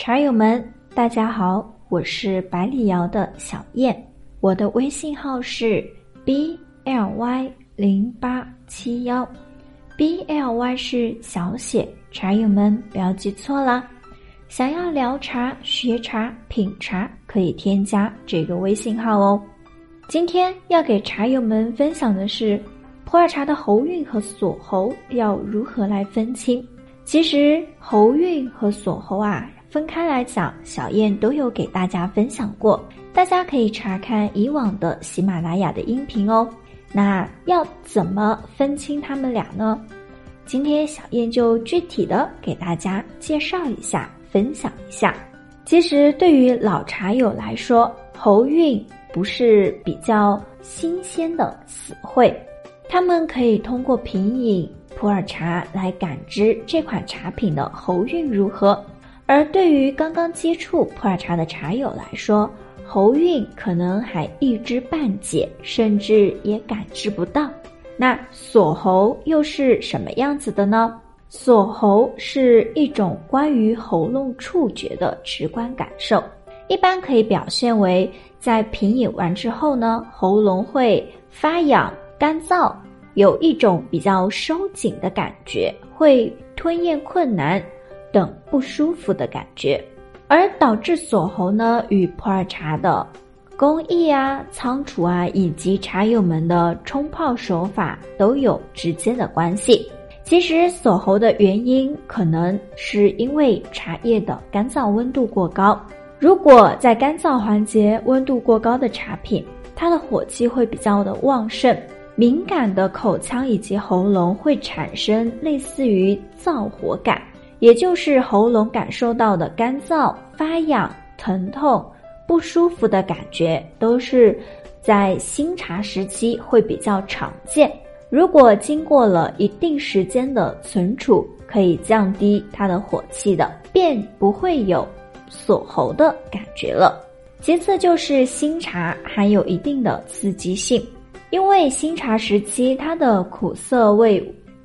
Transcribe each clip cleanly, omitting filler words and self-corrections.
茶友们，大家好，我是百里瑶的小燕，我的微信号是 BLY0871， BLY 是小写，茶友们不要记错啦。想要聊茶、学茶、品茶，可以添加这个微信号哦。今天要给茶友们分享的是普洱茶的喉韵和锁喉要如何来分清。其实喉韵和锁喉分开来讲，小燕都有给大家分享过，大家可以查看以往的喜马拉雅的音频哦。那要怎么分清它们俩呢？今天小燕就具体的给大家介绍一下，分享一下。其实对于老茶友来说，喉韵不是比较新鲜的死会，他们可以通过品饮普洱茶来感知这款茶品的喉韵如何。而对于刚刚接触普洱茶的茶友来说，喉韵可能还一知半解，甚至也感知不到。那锁喉又是什么样子的呢？锁喉是一种关于喉咙触觉的直观感受，一般可以表现为在品饮完之后呢，喉咙会发痒、干燥，有一种比较收紧的感觉，会吞咽困难等不舒服的感觉。而导致锁喉呢，与普洱茶的工艺仓储以及茶友们的冲泡手法都有直接的关系。其实锁喉的原因可能是因为茶叶的干燥温度过高，如果在干燥环节温度过高的茶品，它的火气会比较的旺盛，敏感的口腔以及喉咙会产生类似于燥火感，也就是喉咙感受到的干燥、发痒、疼痛、不舒服的感觉，都是在新茶时期会比较常见。如果经过了一定时间的存储，可以降低它的火气的，便不会有锁喉的感觉了。其次就是新茶含有一定的刺激性，因为新茶时期它的苦涩味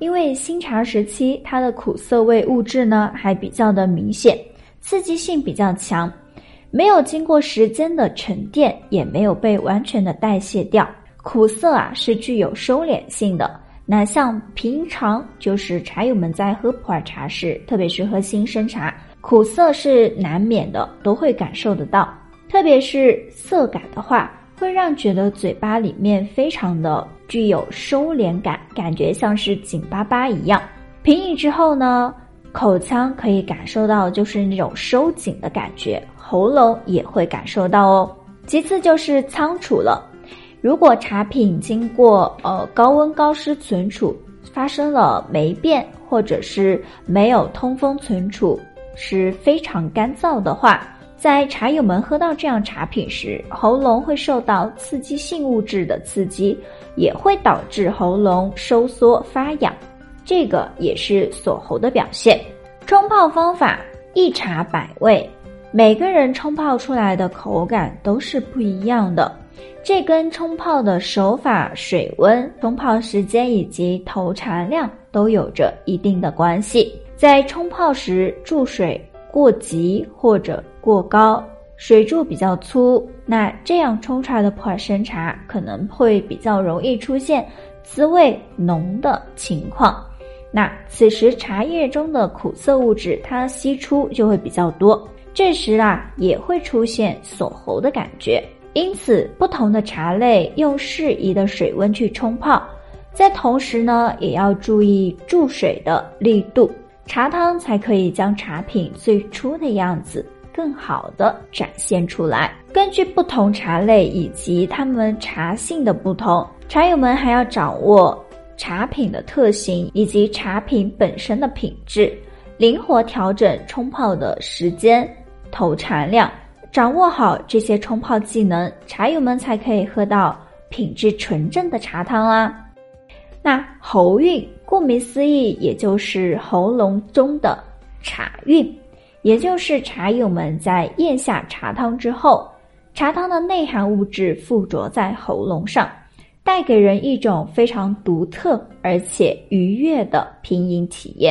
物质呢还比较的明显，刺激性比较强，没有经过时间的沉淀，也没有被完全的代谢掉。苦涩是具有收敛性的。那像平常就是茶友们在喝普洱茶时，特别是喝新生茶，苦涩是难免的，都会感受得到。特别是涩感的话，会让觉得嘴巴里面非常的具有收敛感，感觉像是紧巴巴一样。品饮之后呢，口腔可以感受到就是那种收紧的感觉，喉咙也会感受到哦。其次就是仓储了，如果茶品经过高温高湿存储，发生了霉变或者是没有通风存储，是非常干燥的话，在茶友们喝到这样茶品时，喉咙会受到刺激性物质的刺激，也会导致喉咙收缩发痒，这个也是锁喉的表现。冲泡方法一茶百味，每个人冲泡出来的口感都是不一样的，这跟冲泡的手法、水温、冲泡时间以及投茶量都有着一定的关系。在冲泡时注水过急或者过高，水柱比较粗，那这样冲出来的普洱生茶可能会比较容易出现滋味浓的情况。那此时茶叶中的苦涩物质它析出就会比较多，这时也会出现锁喉的感觉。因此不同的茶类用适宜的水温去冲泡，在同时呢也要注意注水的力度，茶汤才可以将茶品最初的样子更好的展现出来。根据不同茶类以及它们茶性的不同，茶友们还要掌握茶品的特性以及茶品本身的品质，灵活调整冲泡的时间、投茶量，掌握好这些冲泡技能，茶友们才可以喝到品质纯正的茶汤啦。那喉韵顾名思义，也就是喉咙中的茶韵，也就是茶友们在咽下茶汤之后，茶汤的内含物质附着在喉咙上，带给人一种非常独特而且愉悦的品饮体验。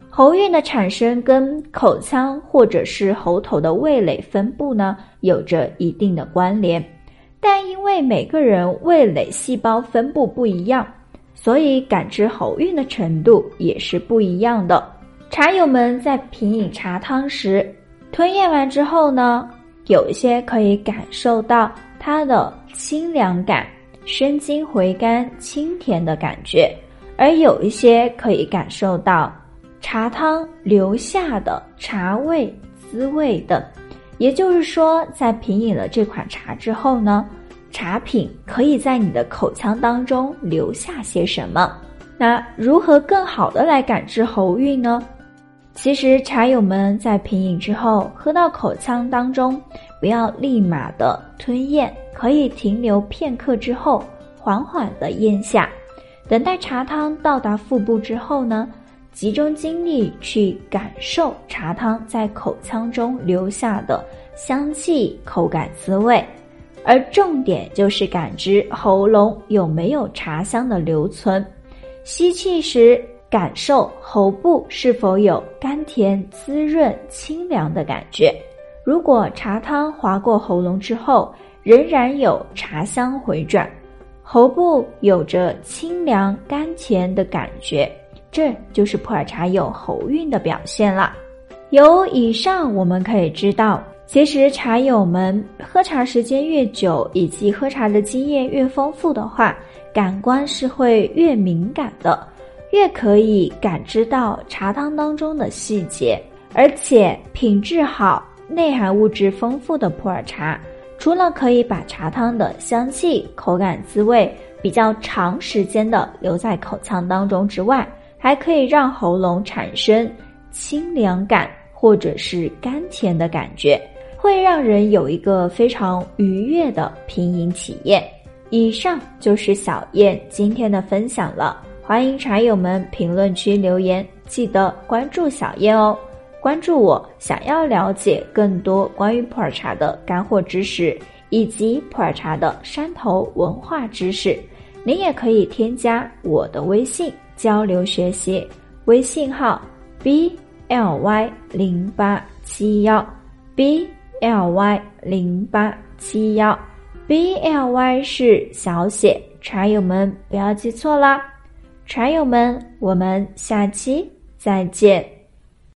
喉韵的产生跟口腔或者是喉头的味蕾分布呢，有着一定的关联。但因为每个人味蕾细胞分布不一样，所以感知喉韵的程度也是不一样的。茶友们在品饮茶汤时，吞咽完之后呢，有一些可以感受到它的清凉感，生津回甘、清甜的感觉，而有一些可以感受到茶汤留下的茶味、滋味等。也就是说，在品饮了这款茶之后呢，茶品可以在你的口腔当中留下些什么。那如何更好的来感知喉韵呢？其实茶友们在品饮之后，喝到口腔当中，不要立马的吞咽，可以停留片刻之后，缓缓的咽下。等待茶汤到达腹部之后呢，集中精力去感受茶汤在口腔中留下的香气、口感、滋味，而重点就是感知喉咙有没有茶香的留存。吸气时，感受喉部是否有甘甜、滋润、清凉的感觉。如果茶汤滑过喉咙之后，仍然有茶香回转，喉部有着清凉、甘甜的感觉，这就是普洱茶有喉韵的表现了。由以上我们可以知道，其实茶友们喝茶时间越久，以及喝茶的经验越丰富的话，感官是会越敏感的，越可以感知到茶汤当中的细节。而且品质好、内含物质丰富的普洱茶，除了可以把茶汤的香气、口感、滋味比较长时间的留在口腔当中之外，还可以让喉咙产生清凉感或者是甘甜的感觉，会让人有一个非常愉悦的品饮体验。以上就是小燕今天的分享了，欢迎茶友们评论区留言，记得关注小燕哦。关注我，想要了解更多关于普洱茶的干货知识，以及普洱茶的山头文化知识。您也可以添加我的微信交流学习，微信号 BLY0871 BLY0871 BLY 是小写，茶友们不要记错啦。茶友们，我们下期再见。